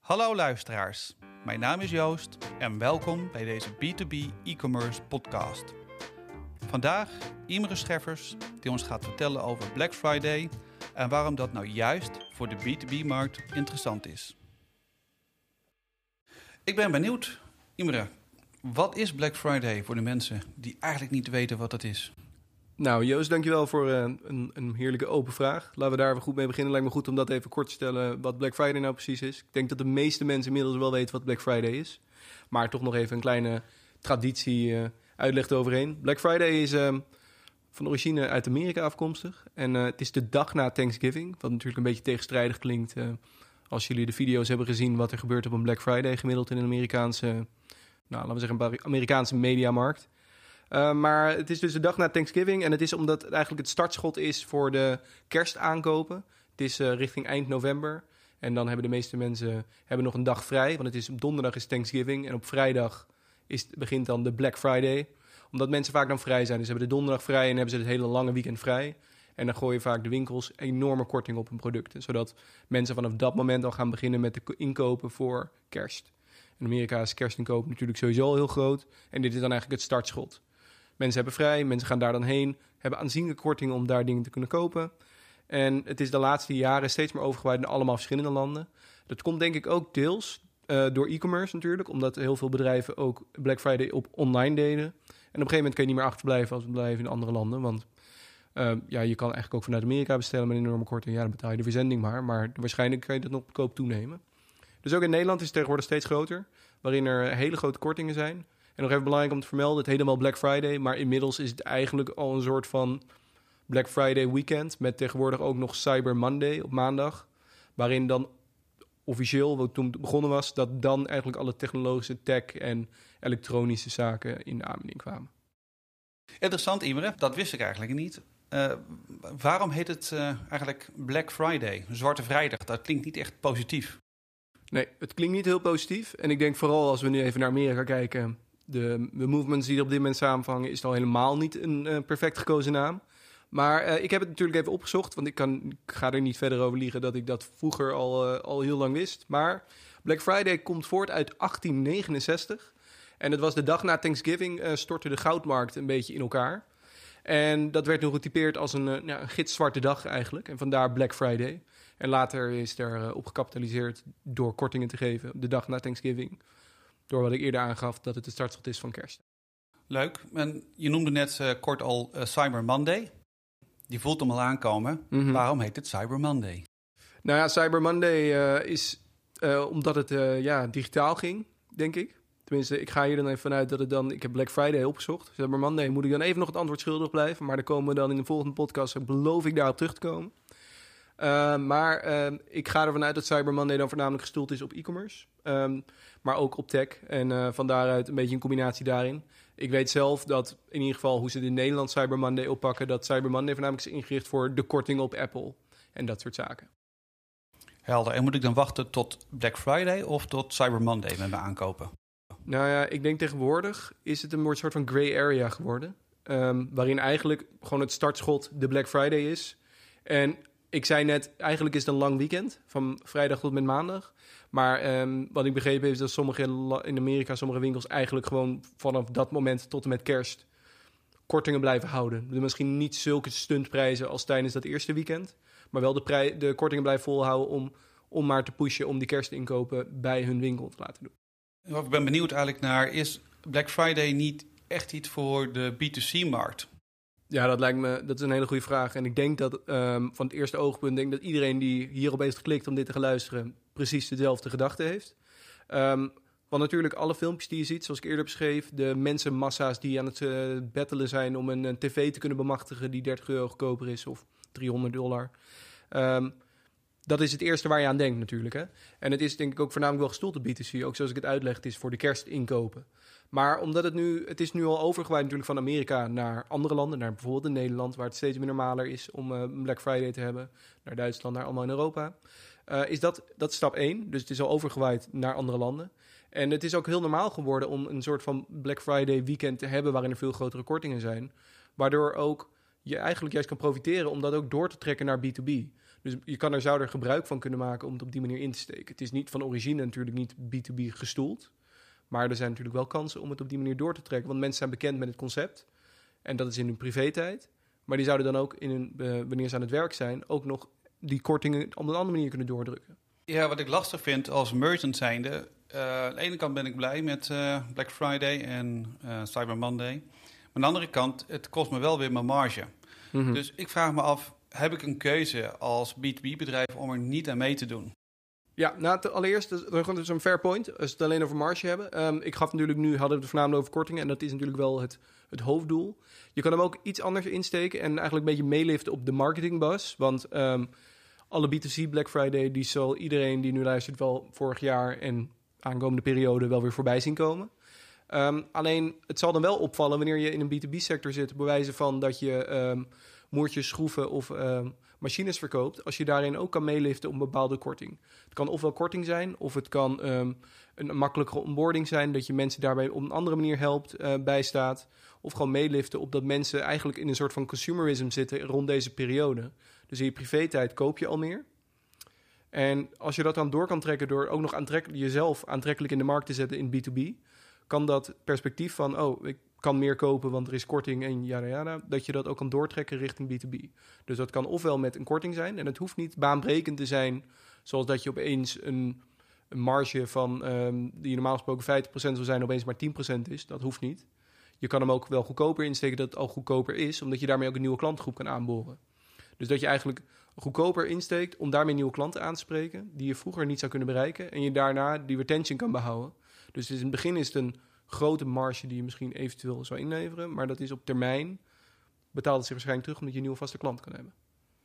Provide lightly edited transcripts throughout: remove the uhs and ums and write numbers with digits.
Hallo luisteraars, mijn naam is Joost en welkom bij deze B2B e-commerce podcast. Vandaag Imre Scheffers die ons gaat vertellen over Black Friday en waarom dat nou juist voor de B2B-markt interessant is. Ik ben benieuwd, Imre, wat is Black Friday voor de mensen die eigenlijk niet weten wat dat is? Nou, Joost, dankjewel voor een heerlijke open vraag. Laten we daar even goed mee beginnen. Lijkt me goed om dat even kort te stellen wat Black Friday nou precies is. Ik denk dat de meeste mensen inmiddels wel weten wat Black Friday is. Maar toch nog even een kleine traditie uitleg eroverheen. Black Friday is van origine uit Amerika afkomstig. En het is de dag na Thanksgiving. Wat natuurlijk een beetje tegenstrijdig klinkt als jullie de video's hebben gezien wat er gebeurt op een Black Friday. Gemiddeld in een Amerikaanse, laten we zeggen, Amerikaanse mediamarkt. Maar het is dus de dag na Thanksgiving. En het is omdat het eigenlijk het startschot is voor de kerstaankopen. Het is richting eind november. En dan hebben de meeste mensen nog een dag vrij. Want het is op donderdag is Thanksgiving. En op vrijdag begint dan de Black Friday. Omdat mensen vaak dan vrij zijn. Dus ze hebben de donderdag vrij en hebben ze het hele lange weekend vrij. En dan gooien vaak de winkels enorme korting op hun producten. Zodat mensen vanaf dat moment al gaan beginnen met de inkopen voor kerst. In Amerika is kerstinkoop natuurlijk sowieso al heel groot. En dit is dan eigenlijk het startschot. Mensen hebben vrij, mensen gaan daar dan heen, hebben aanzienlijke kortingen om daar dingen te kunnen kopen. En het is de laatste jaren steeds meer overgewaaid naar allemaal verschillende landen. Dat komt denk ik ook deels door e-commerce natuurlijk, omdat heel veel bedrijven ook Black Friday op online deden. En op een gegeven moment kan je niet meer achterblijven als bedrijven in andere landen, want je kan eigenlijk ook vanuit Amerika bestellen met een enorme korting. Ja, dan betaal je de verzending maar waarschijnlijk kan je dat nog goedkoop toenemen. Dus ook in Nederland is het tegenwoordig steeds groter, waarin er hele grote kortingen zijn. En nog even belangrijk om te vermelden, het heet helemaal Black Friday, maar inmiddels is het eigenlijk al een soort van Black Friday weekend, met tegenwoordig ook nog Cyber Monday op maandag, waarin dan officieel, wat toen begonnen was, dat dan eigenlijk alle technologische tech en elektronische zaken in de aanbieding kwamen. Interessant, Imre, dat wist ik eigenlijk niet. Waarom heet het eigenlijk Black Friday, Zwarte Vrijdag? Dat klinkt niet echt positief. Nee, het klinkt niet heel positief. En ik denk vooral als we nu even naar Amerika kijken, de movements die er op dit moment samenvangen, is het al helemaal niet een perfect gekozen naam. Maar ik heb het natuurlijk even opgezocht, want ik ga er niet verder over liegen dat ik dat vroeger al heel lang wist. Maar Black Friday komt voort uit 1869. En het was de dag na Thanksgiving, stortte de goudmarkt een beetje in elkaar. En dat werd nog getypeerd als een gitzwarte dag eigenlijk. En vandaar Black Friday. En later is er op gecapitaliseerd door kortingen te geven de dag na Thanksgiving. Door wat ik eerder aangaf, dat het de startschot is van kerst. Leuk. En je noemde net kort al Cyber Monday. Die voelt hem al aankomen. Mm-hmm. Waarom heet het Cyber Monday? Nou ja, Cyber Monday is omdat het digitaal ging, denk ik. Tenminste, ik ga hier dan even vanuit dat het dan... Ik heb Black Friday opgezocht. Cyber Monday moet ik dan even nog het antwoord schuldig blijven. Maar daar komen we dan in de volgende podcast, beloof ik daarop terug te komen. Maar ik ga ervan uit dat Cyber Monday dan voornamelijk gestoeld is op e-commerce. Maar ook op tech. En van daaruit een beetje een combinatie daarin. Ik weet zelf dat in ieder geval hoe ze het in Nederland Cyber Monday oppakken, dat Cyber Monday voornamelijk is ingericht voor de korting op Apple. En dat soort zaken. Helder. En moet ik dan wachten tot Black Friday of tot Cyber Monday met mijn aankopen? Nou ja, ik denk tegenwoordig is het een soort van gray area geworden. Waarin eigenlijk gewoon het startschot de Black Friday is. En ik zei net, eigenlijk is het een lang weekend, van vrijdag tot met maandag. Maar wat ik begrepen heb, is dat in Amerika sommige winkels eigenlijk gewoon vanaf dat moment tot en met kerst kortingen blijven houden. Dus misschien niet zulke stuntprijzen als tijdens dat eerste weekend, maar wel de kortingen blijven volhouden om maar te pushen om die kerstinkopen bij hun winkel te laten doen. Ik ben benieuwd eigenlijk naar, is Black Friday niet echt iets voor de B2C-markt? Ja, dat is een hele goede vraag. En ik denk dat van het eerste oogpunt, denk dat iedereen die hierop heeft geklikt om dit te gaan luisteren, precies dezelfde gedachte heeft. Want natuurlijk alle filmpjes die je ziet, zoals ik eerder beschreef, de mensenmassa's die aan het battelen zijn om een tv te kunnen bemachtigen die €30 goedkoper is of $300. Dat is het eerste waar je aan denkt natuurlijk. Hè? En het is denk ik ook voornamelijk wel gestoeld op B2C. Ook zoals ik het uitleg, het is voor de kerstinkopen. Maar omdat het is nu al overgewaaid natuurlijk van Amerika naar andere landen. Naar bijvoorbeeld in Nederland, waar het steeds meer normaler is om Black Friday te hebben. Naar Duitsland, naar allemaal in Europa. Is dat stap 1. Dus het is al overgewaaid naar andere landen. En het is ook heel normaal geworden om een soort van Black Friday weekend te hebben waarin er veel grotere kortingen zijn. Waardoor ook je eigenlijk juist kan profiteren om dat ook door te trekken naar B2B. Dus zou er gebruik van kunnen maken om het op die manier in te steken. Het is niet van origine natuurlijk niet B2B gestoeld. Maar er zijn natuurlijk wel kansen om het op die manier door te trekken. Want mensen zijn bekend met het concept. En dat is in hun privé-tijd. Maar die zouden dan ook, wanneer ze aan het werk zijn, ook nog die kortingen op een andere manier kunnen doordrukken. Ja, wat ik lastig vind als merchant zijnde. Aan de ene kant ben ik blij met Black Friday en Cyber Monday. Maar aan de andere kant, het kost me wel weer mijn marge. Mm-hmm. Dus ik vraag me af, heb ik een keuze als B2B-bedrijf om er niet aan mee te doen? Ja, allereerst, dat is een fair point, als we het alleen over marge hebben. Ik gaf natuurlijk hadden we het voornamelijk over kortingen en dat is natuurlijk wel het hoofddoel. Je kan hem ook iets anders insteken en eigenlijk een beetje meeliften op de marketingbus. Want alle B2C Black Friday, die zal iedereen die nu luistert wel vorig jaar en aankomende periode wel weer voorbij zien komen. Alleen, het zal dan wel opvallen wanneer je in een B2B-sector zit, bij wijze van dat je moertjes, schroeven of machines verkoopt, als je daarin ook kan meeliften op een bepaalde korting. Het kan ofwel korting zijn, of het kan een makkelijkere onboarding zijn, dat je mensen daarbij op een andere manier helpt, bijstaat. Of gewoon meeliften op dat mensen eigenlijk in een soort van consumerism zitten rond deze periode. Dus in je privé-tijd koop je al meer. En als je dat dan door kan trekken door ook nog jezelf aantrekkelijk in de markt te zetten in B2B, kan dat perspectief van, ik kan meer kopen, want er is korting en yada, dat je dat ook kan doortrekken richting B2B. Dus dat kan ofwel met een korting zijn, en het hoeft niet baanbrekend te zijn, zoals dat je opeens een marge van, die normaal gesproken 50% zou zijn, opeens maar 10% is. Dat hoeft niet. Je kan hem ook wel goedkoper insteken dat het al goedkoper is, omdat je daarmee ook een nieuwe klantgroep kan aanboren. Dus dat je eigenlijk goedkoper insteekt om daarmee nieuwe klanten aan te spreken, die je vroeger niet zou kunnen bereiken, en je daarna die retention kan behouden. Dus in het begin is het een grote marge die je misschien eventueel zou inleveren, maar dat is op termijn, betaalt het zich waarschijnlijk terug omdat je een nieuwe vaste klant kan hebben.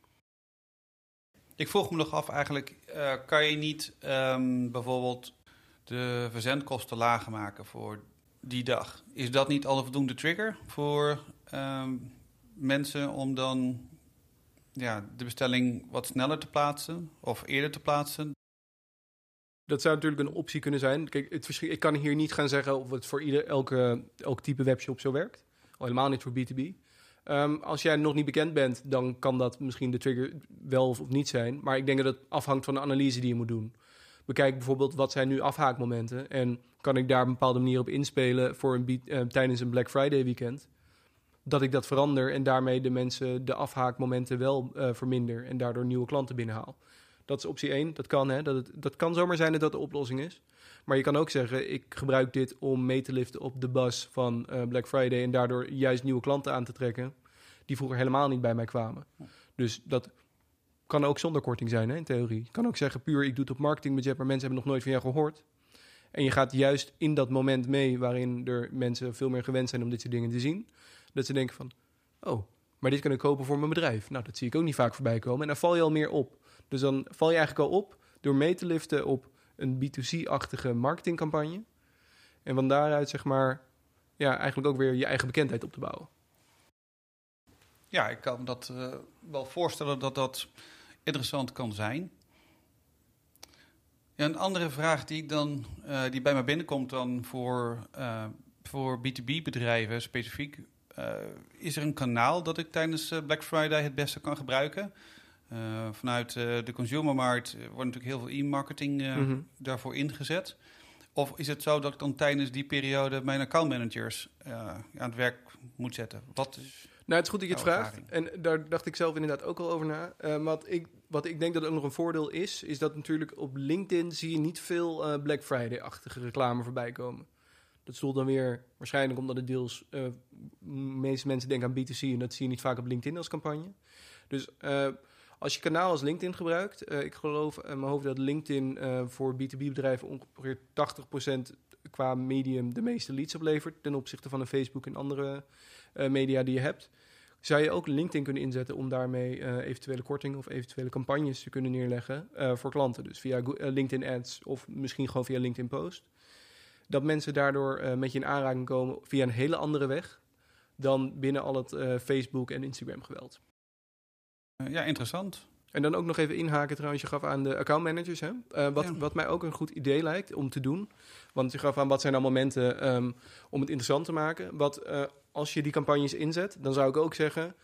Ik vroeg me nog af eigenlijk, kan je niet bijvoorbeeld de verzendkosten lager maken voor die dag? Is dat niet al een voldoende trigger voor mensen om dan de bestelling wat sneller te plaatsen of eerder te plaatsen? Dat zou natuurlijk een optie kunnen zijn. Kijk, ik kan hier niet gaan zeggen of het voor elk type webshop zo werkt. Al helemaal niet voor B2B. Als jij nog niet bekend bent, dan kan dat misschien de trigger wel of niet zijn. Maar ik denk dat het afhangt van de analyse die je moet doen. Bekijk bijvoorbeeld, wat zijn nu afhaakmomenten? En kan ik daar op een bepaalde manier op inspelen voor tijdens een Black Friday weekend? Dat ik dat verander en daarmee de mensen de afhaakmomenten wel verminder en daardoor nieuwe klanten binnenhaal. Dat is optie 1. Dat kan, hè. Dat kan zomaar zijn dat dat de oplossing is. Maar je kan ook zeggen, ik gebruik dit om mee te liften op de bus van Black Friday en daardoor juist nieuwe klanten aan te trekken die vroeger helemaal niet bij mij kwamen. Dus dat kan ook zonder korting zijn, hè, in theorie. Je kan ook zeggen, puur ik doe het op marketingbudget, maar mensen hebben nog nooit van jou gehoord. En je gaat juist in dat moment mee waarin er mensen veel meer gewend zijn om dit soort dingen te zien. Dat ze denken van, maar dit kan ik kopen voor mijn bedrijf. Nou, dat zie ik ook niet vaak voorbij komen. En dan val je al meer op. Dus dan val je eigenlijk al op door mee te liften op een B2C-achtige marketingcampagne. En van daaruit, zeg maar, eigenlijk ook weer je eigen bekendheid op te bouwen. Ja, ik kan me dat wel voorstellen dat dat interessant kan zijn. Ja, een andere vraag die bij me binnenkomt dan voor B2B-bedrijven specifiek. Is er een kanaal dat ik tijdens Black Friday het beste kan gebruiken? Vanuit de consumermarkt wordt natuurlijk heel veel e-marketing daarvoor ingezet. Of is het zo dat ik dan tijdens die periode mijn accountmanagers aan het werk moet zetten? Wat is het is goed dat je het vraagt. ervaring? En daar dacht ik zelf inderdaad ook al over na. Wat ik denk dat ook nog een voordeel is dat natuurlijk op LinkedIn zie je niet veel Black Friday-achtige reclame voorbij komen. Dat stoelt dan weer waarschijnlijk omdat het deels de meeste mensen denken aan B2C en dat zie je niet vaak op LinkedIn als campagne. Dus als je kanaal als LinkedIn gebruikt, ik geloof in mijn hoofd dat LinkedIn voor B2B-bedrijven ongeveer 80% qua medium de meeste leads oplevert ten opzichte van een Facebook en andere media die je hebt. Zou je ook LinkedIn kunnen inzetten om daarmee eventuele kortingen of eventuele campagnes te kunnen neerleggen voor klanten. Dus via LinkedIn Ads of misschien gewoon via LinkedIn Post. Dat mensen daardoor met je in aanraking komen via een hele andere weg dan binnen al het Facebook en Instagram geweld. Ja, interessant. En dan ook nog even inhaken trouwens, je gaf aan de accountmanagers. Hè? Wat mij ook een goed idee lijkt om te doen. Want je gaf aan wat zijn dan momenten om het interessant te maken. Als je die campagnes inzet, dan zou ik ook zeggen,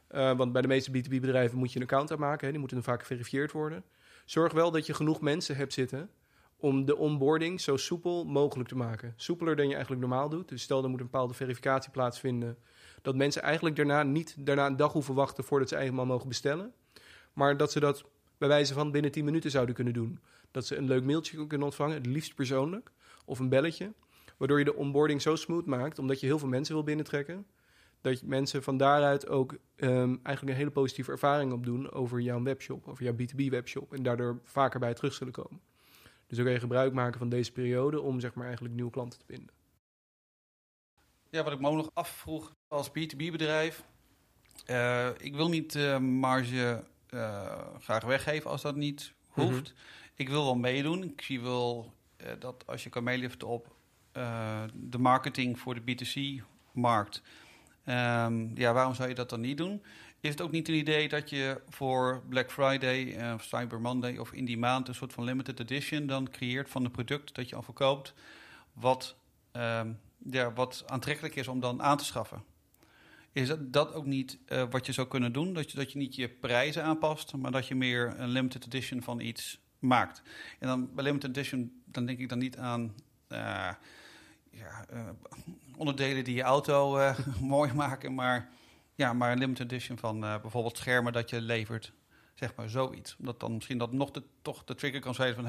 Want bij de meeste B2B-bedrijven moet je een account aanmaken. Hè? Die moeten dan vaak geverifieerd worden. Zorg wel dat je genoeg mensen hebt zitten om de onboarding zo soepel mogelijk te maken. Soepeler dan je eigenlijk normaal doet. Dus stel, er moet een bepaalde verificatie plaatsvinden. Dat mensen eigenlijk daarna een dag hoeven wachten voordat ze eenmaal mogen bestellen. Maar dat ze dat bij wijze van binnen 10 minuten zouden kunnen doen. Dat ze een leuk mailtje kunnen ontvangen, het liefst persoonlijk. Of een belletje. Waardoor je de onboarding zo smooth maakt, omdat je heel veel mensen wil binnentrekken. Dat mensen van daaruit ook eigenlijk een hele positieve ervaring opdoen over jouw webshop, over jouw B2B-webshop. En daardoor vaker bij je terug zullen komen. Dus dan kun je gebruik maken van deze periode om zeg maar eigenlijk nieuwe klanten te vinden. Ja, wat ik me ook nog afvroeg als B2B-bedrijf. Ik wil niet marge graag weggeven als dat niet hoeft. Ik wil wel meedoen. Ik zie wel dat als je kan meeliften op de marketing voor de B2C-markt. Waarom zou je dat dan niet doen? Is het ook niet een idee dat je voor Black Friday of Cyber Monday of in die maand een soort van limited edition dan creëert van het product dat je al verkoopt, wat aantrekkelijk is om dan aan te schaffen? Is dat ook niet wat je zou kunnen doen? Dat je niet je prijzen aanpast, maar dat je meer een limited edition van iets maakt. En dan bij limited edition, dan denk ik dan niet aan onderdelen die je auto mooi maken, maar een limited edition van bijvoorbeeld schermen dat je levert. Zeg maar zoiets. Omdat dan misschien dat nog toch de trigger kan zijn van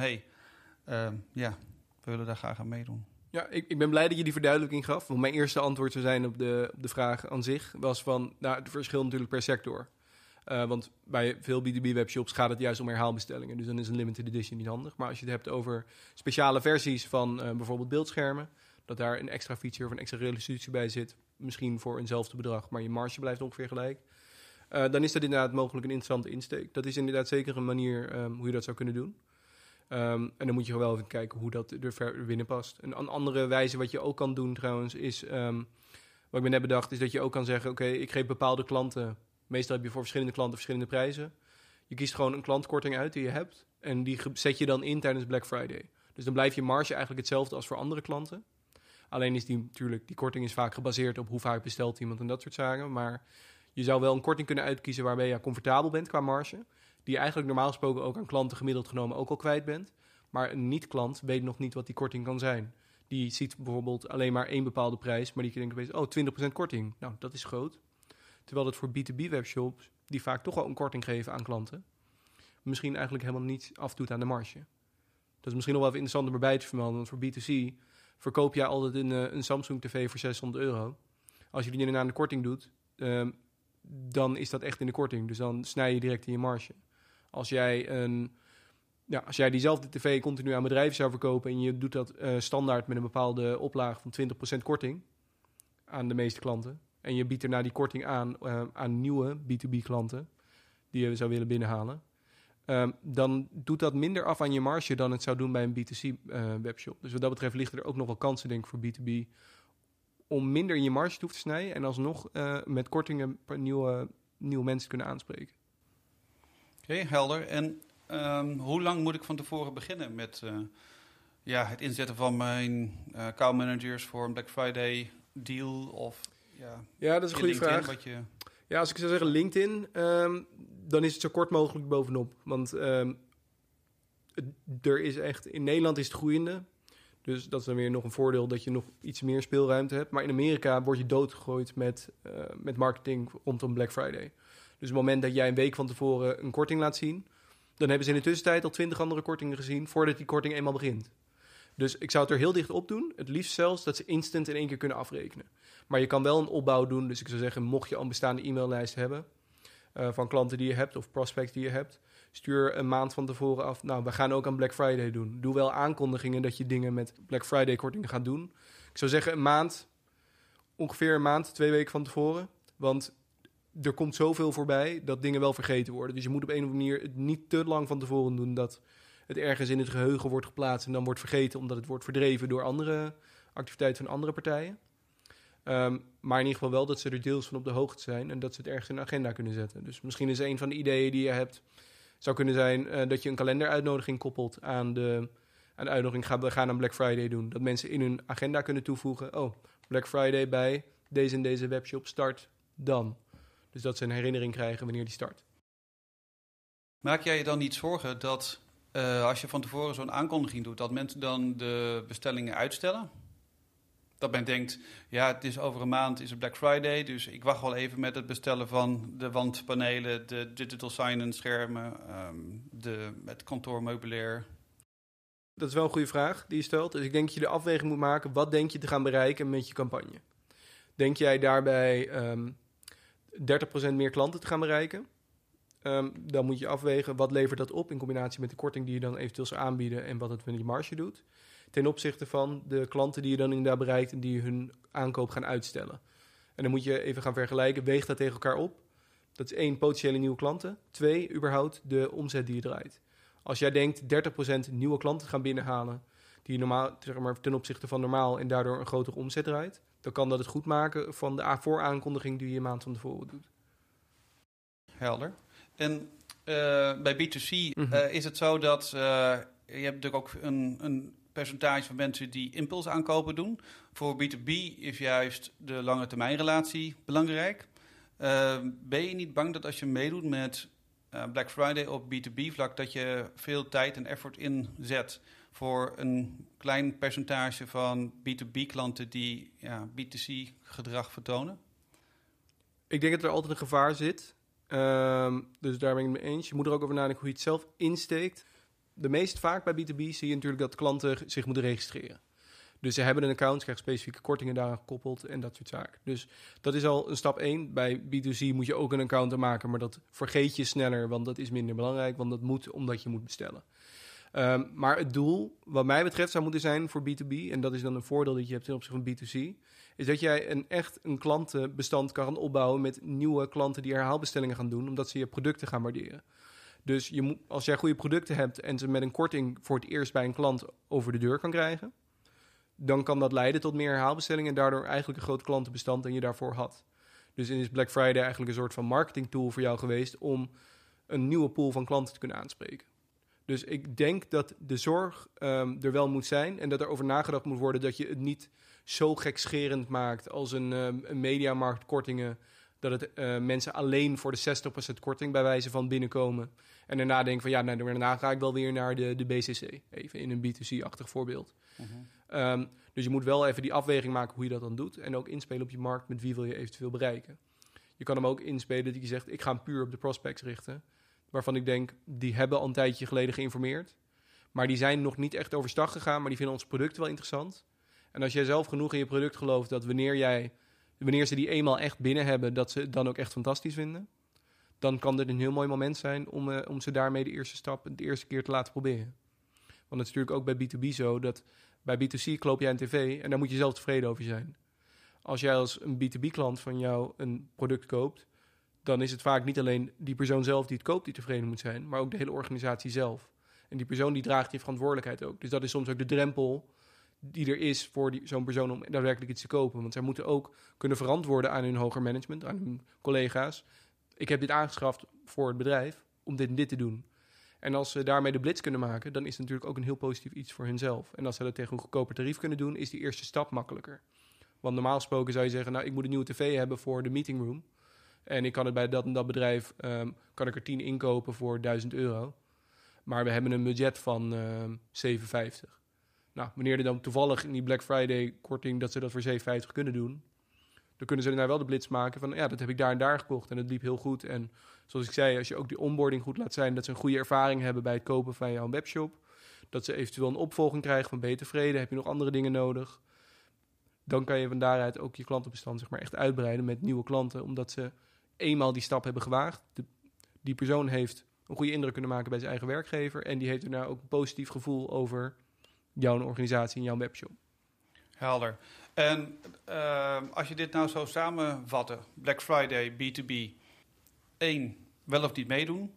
we willen daar graag aan meedoen. Ja, ik ben blij dat je die verduidelijking gaf. Want mijn eerste antwoord zou zijn op de vraag aan zich was van, het verschil natuurlijk per sector. Want bij veel B2B-webshops gaat het juist om herhaalbestellingen. Dus dan is een limited edition niet handig. Maar als je het hebt over speciale versies van bijvoorbeeld beeldschermen, dat daar een extra feature of een extra resolutie bij zit, misschien voor eenzelfde bedrag, maar je marge blijft ongeveer gelijk, dan is dat inderdaad mogelijk een interessante insteek. Dat is inderdaad zeker een manier hoe je dat zou kunnen doen. En dan moet je wel even kijken hoe dat er binnen past. Een andere wijze wat je ook kan doen trouwens is, wat ik me net bedacht, is dat je ook kan zeggen, oké, ik geef bepaalde klanten, meestal heb je voor verschillende klanten verschillende prijzen. Je kiest gewoon een klantkorting uit die je hebt en die zet je dan in tijdens Black Friday. Dus dan blijft je marge eigenlijk hetzelfde als voor andere klanten. Alleen is die korting is vaak gebaseerd op hoe vaak bestelt iemand en dat soort zaken. Maar je zou wel een korting kunnen uitkiezen waarbij je comfortabel bent qua marge. Die je eigenlijk normaal gesproken ook aan klanten gemiddeld genomen ook al kwijt bent. Maar een niet-klant weet nog niet wat die korting kan zijn. Die ziet bijvoorbeeld alleen maar één bepaalde prijs, maar die denkt opeens, 20% korting. Nou, dat is groot. Terwijl het voor B2B-webshops, die vaak toch al een korting geven aan klanten, misschien eigenlijk helemaal niet afdoet aan de marge. Dat is misschien nog wel even interessant om erbij te vermelden, want voor B2C verkoop jij altijd een Samsung TV voor €600. Als je die aan de korting doet, dan is dat echt in de korting. Dus dan snij je direct in je marge. Als jij diezelfde tv continu aan bedrijven zou verkopen en je doet dat standaard met een bepaalde oplage van 20% korting aan de meeste klanten, en je biedt daarna die korting aan nieuwe B2B-klanten die je zou willen binnenhalen, dan doet dat minder af aan je marge dan het zou doen bij een B2C-webshop. Dus wat dat betreft liggen er ook nog wel kansen, denk ik, voor B2B om minder in je marge te hoeven te snijden en alsnog met kortingen nieuwe mensen kunnen aanspreken. Oké, helder. En hoe lang moet ik van tevoren beginnen met het inzetten van mijn account managers voor een Black Friday deal? Of, dat is een goede vraag. Ja, als ik zou zeggen LinkedIn, dan is het zo kort mogelijk bovenop. Want er is echt, in Nederland is het groeiende. Dus dat is dan weer nog een voordeel dat je nog iets meer speelruimte hebt. Maar in Amerika word je doodgegooid met marketing rondom Black Friday. Dus op het moment dat jij een week van tevoren een korting laat zien, dan hebben ze in de tussentijd al 20 andere kortingen gezien voordat die korting eenmaal begint. Dus ik zou het er heel dicht op doen. Het liefst zelfs dat ze instant in één keer kunnen afrekenen. Maar je kan wel een opbouw doen. Dus ik zou zeggen, mocht je al een bestaande e-maillijst hebben van klanten die je hebt of prospects die je hebt, stuur een maand van tevoren af. Nou, we gaan ook aan Black Friday doen. Doe wel aankondigingen dat je dingen met Black Friday kortingen gaat doen. Ik zou zeggen ongeveer een maand, 2 weken van tevoren. Want er komt zoveel voorbij dat dingen wel vergeten worden. Dus je moet op een of andere manier het niet te lang van tevoren doen dat het ergens in het geheugen wordt geplaatst en dan wordt vergeten omdat het wordt verdreven door andere activiteiten van andere partijen. Maar in ieder geval wel dat ze er deels van op de hoogte zijn en dat ze het ergens in de agenda kunnen zetten. Dus misschien is een van de ideeën die je hebt, zou kunnen zijn dat je een kalenderuitnodiging koppelt aan de uitnodiging, we gaan aan Black Friday doen. Dat mensen in hun agenda kunnen toevoegen, Black Friday bij deze en deze webshop start dan. Dus Dus dat ze een herinnering krijgen wanneer die start. Maak jij je dan niet zorgen dat als je van tevoren zo'n aankondiging doet, dat mensen dan de bestellingen uitstellen? Dat men denkt, ja, het is over een maand is het Black Friday, dus ik wacht wel even met het bestellen van de wandpanelen, de digital signage schermen, het kantoormeubilair. Dat is wel een goede vraag die je stelt. Dus ik denk dat je de afweging moet maken, wat denk je te gaan bereiken met je campagne? Denk jij daarbij 30% meer klanten te gaan bereiken? Dan moet je afwegen, wat levert dat op in combinatie met de korting die je dan eventueel zou aanbieden en wat het met je marge doet. Ten opzichte van de klanten die je dan inderdaad bereikt en die hun aankoop gaan uitstellen. En dan moet je even gaan vergelijken, weeg dat tegen elkaar op. Dat is 1, potentiële nieuwe klanten. 2, überhaupt de omzet die je draait. Als jij denkt 30% nieuwe klanten gaan binnenhalen, die je normaal, zeg maar, ten opzichte van normaal en daardoor een grotere omzet draait, dan kan dat het goed maken van de vooraankondiging die je een maand van tevoren doet. Helder. En bij B2C is het zo dat je hebt natuurlijk ook een percentage van mensen die impulsaankopen doen. Voor B2B is juist de lange termijn relatie belangrijk. Ben je niet bang dat als je meedoet met Black Friday op B2B vlak, dat je veel tijd en effort inzet voor een klein percentage van B2B klanten die B2C gedrag vertonen? Ik denk dat er altijd een gevaar zit. Dus daar ben ik het mee eens. Je moet er ook over nadenken hoe je het zelf insteekt. De meest vaak bij B2B zie je natuurlijk dat klanten zich moeten registreren. Dus ze hebben een account, krijgen specifieke kortingen daaraan gekoppeld en dat soort zaken. Dus dat is al een stap 1. Bij B2C moet je ook een account maken, maar dat vergeet je sneller, want dat is minder belangrijk, want dat moet omdat je moet bestellen. Maar het doel, wat mij betreft, zou moeten zijn voor B2B, en dat is dan een voordeel dat je hebt ten opzichte van B2C, is dat jij echt een klantenbestand kan opbouwen met nieuwe klanten die herhaalbestellingen gaan doen, omdat ze je producten gaan waarderen. Dus als jij goede producten hebt en ze met een korting voor het eerst bij een klant over de deur kan krijgen, dan kan dat leiden tot meer herhaalbestellingen en daardoor eigenlijk een groot klantenbestand dan je daarvoor had. Dus is Black Friday eigenlijk een soort van marketing tool voor jou geweest om een nieuwe pool van klanten te kunnen aanspreken. Dus ik denk dat de zorg er wel moet zijn en dat er over nagedacht moet worden dat je het niet zo gekscherend maakt als een mediamarkt kortingen, dat het mensen alleen voor de 60% korting bij wijze van binnenkomen. En daarna denken van daarna ga ik wel weer naar de BCC. Even in een B2C-achtig voorbeeld. Dus je moet wel even die afweging maken hoe je dat dan doet. En ook inspelen op je markt met wie wil je eventueel bereiken. Je kan hem ook inspelen dat je zegt, ik ga hem puur op de prospects richten. Waarvan ik denk, die hebben al een tijdje geleden geïnformeerd. Maar die zijn nog niet echt overstag gegaan, maar die vinden ons product wel interessant. En als jij zelf genoeg in je product gelooft dat wanneer ze die eenmaal echt binnen hebben, dat ze het dan ook echt fantastisch vinden, dan kan dit een heel mooi moment zijn om ze daarmee de eerste keer te laten proberen. Want het is natuurlijk ook bij B2B zo dat bij B2C koop jij een tv en daar moet je zelf tevreden over zijn. Als jij als een B2B-klant van jou een product koopt, dan is het vaak niet alleen die persoon zelf die het koopt die tevreden moet zijn, maar ook de hele organisatie zelf. En die persoon die draagt die verantwoordelijkheid ook. Dus dat is soms ook de drempel die er is voor zo'n persoon om daadwerkelijk iets te kopen. Want zij moeten ook kunnen verantwoorden aan hun hoger management, aan hun collega's. Ik heb dit aangeschaft voor het bedrijf om dit en dit te doen. En als ze daarmee de blitz kunnen maken, dan is het natuurlijk ook een heel positief iets voor hunzelf. En als ze dat tegen een goedkoper tarief kunnen doen, is die eerste stap makkelijker. Want normaal gesproken zou je zeggen, ik moet een nieuwe tv hebben voor de meetingroom. En ik kan het bij dat en dat bedrijf, kan ik er 10 inkopen voor €1000. Maar we hebben een budget van €750. Nou, wanneer er dan toevallig in die Black Friday korting dat ze dat voor €750 kunnen doen, dan kunnen ze er nou wel de blitz maken van, dat heb ik daar en daar gekocht en het liep heel goed. En zoals ik zei, als je ook die onboarding goed laat zijn, dat ze een goede ervaring hebben bij het kopen van jouw webshop, dat ze eventueel een opvolging krijgen van ben je tevreden, heb je nog andere dingen nodig, dan kan je van daaruit ook je klantenbestand echt uitbreiden met nieuwe klanten, omdat ze eenmaal die stap hebben gewaagd. Die persoon heeft een goede indruk kunnen maken bij zijn eigen werkgever en die heeft daarna ook een positief gevoel over jouw organisatie en jouw webshop. Helder. En als je dit nou zou samenvatten, Black Friday, B2B, 1, wel of niet meedoen?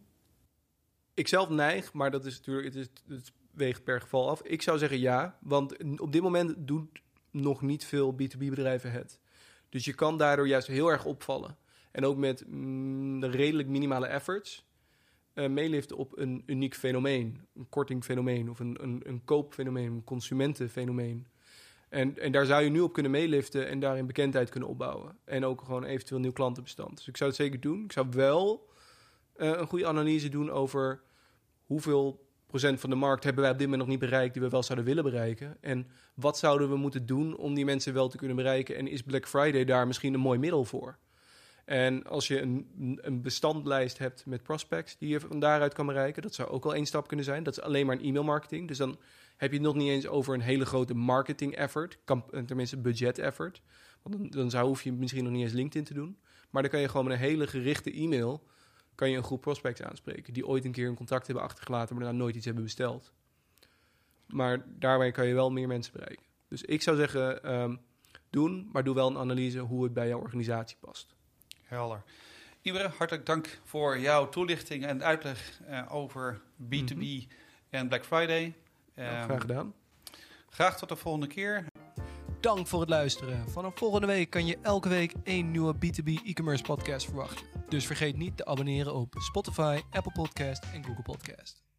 Ik zelf neig, maar dat is natuurlijk, het weegt per geval af. Ik zou zeggen ja, want op dit moment doen nog niet veel B2B-bedrijven het. Dus je kan daardoor juist heel erg opvallen. En ook met de redelijk minimale efforts meeliften op een uniek fenomeen. Een kortingfenomeen of een koopfenomeen, een consumentenfenomeen. En daar zou je nu op kunnen meeliften en daarin bekendheid kunnen opbouwen. En ook gewoon eventueel nieuw klantenbestand. Dus ik zou het zeker doen. Ik zou wel een goede analyse doen over hoeveel procent van de markt hebben wij op dit moment nog niet bereikt die we wel zouden willen bereiken. En wat zouden we moeten doen om die mensen wel te kunnen bereiken? En is Black Friday daar misschien een mooi middel voor? En als je een bestandlijst hebt met prospects die je van daaruit kan bereiken, dat zou ook al één stap kunnen zijn. Dat is alleen maar een e-mailmarketing. Dus dan heb je het nog niet eens over een hele grote marketing effort, tenminste budget effort. Want dan hoef je misschien nog niet eens LinkedIn te doen. Maar dan kan je gewoon met een hele gerichte e-mail kan je een groep prospects aanspreken die ooit een keer een contact hebben achtergelaten, maar daarna nooit iets hebben besteld. Maar daarmee kan je wel meer mensen bereiken. Dus ik zou zeggen, doen, maar doe wel een analyse hoe het bij jouw organisatie past. Helder. Imre, hartelijk dank voor jouw toelichting en uitleg over B2B en Black Friday. Graag gedaan. Graag tot de volgende keer. Dank voor het luisteren. Vanaf volgende week kan je elke week 1 nieuwe B2B e-commerce podcast verwachten. Dus vergeet niet te abonneren op Spotify, Apple Podcast en Google Podcast.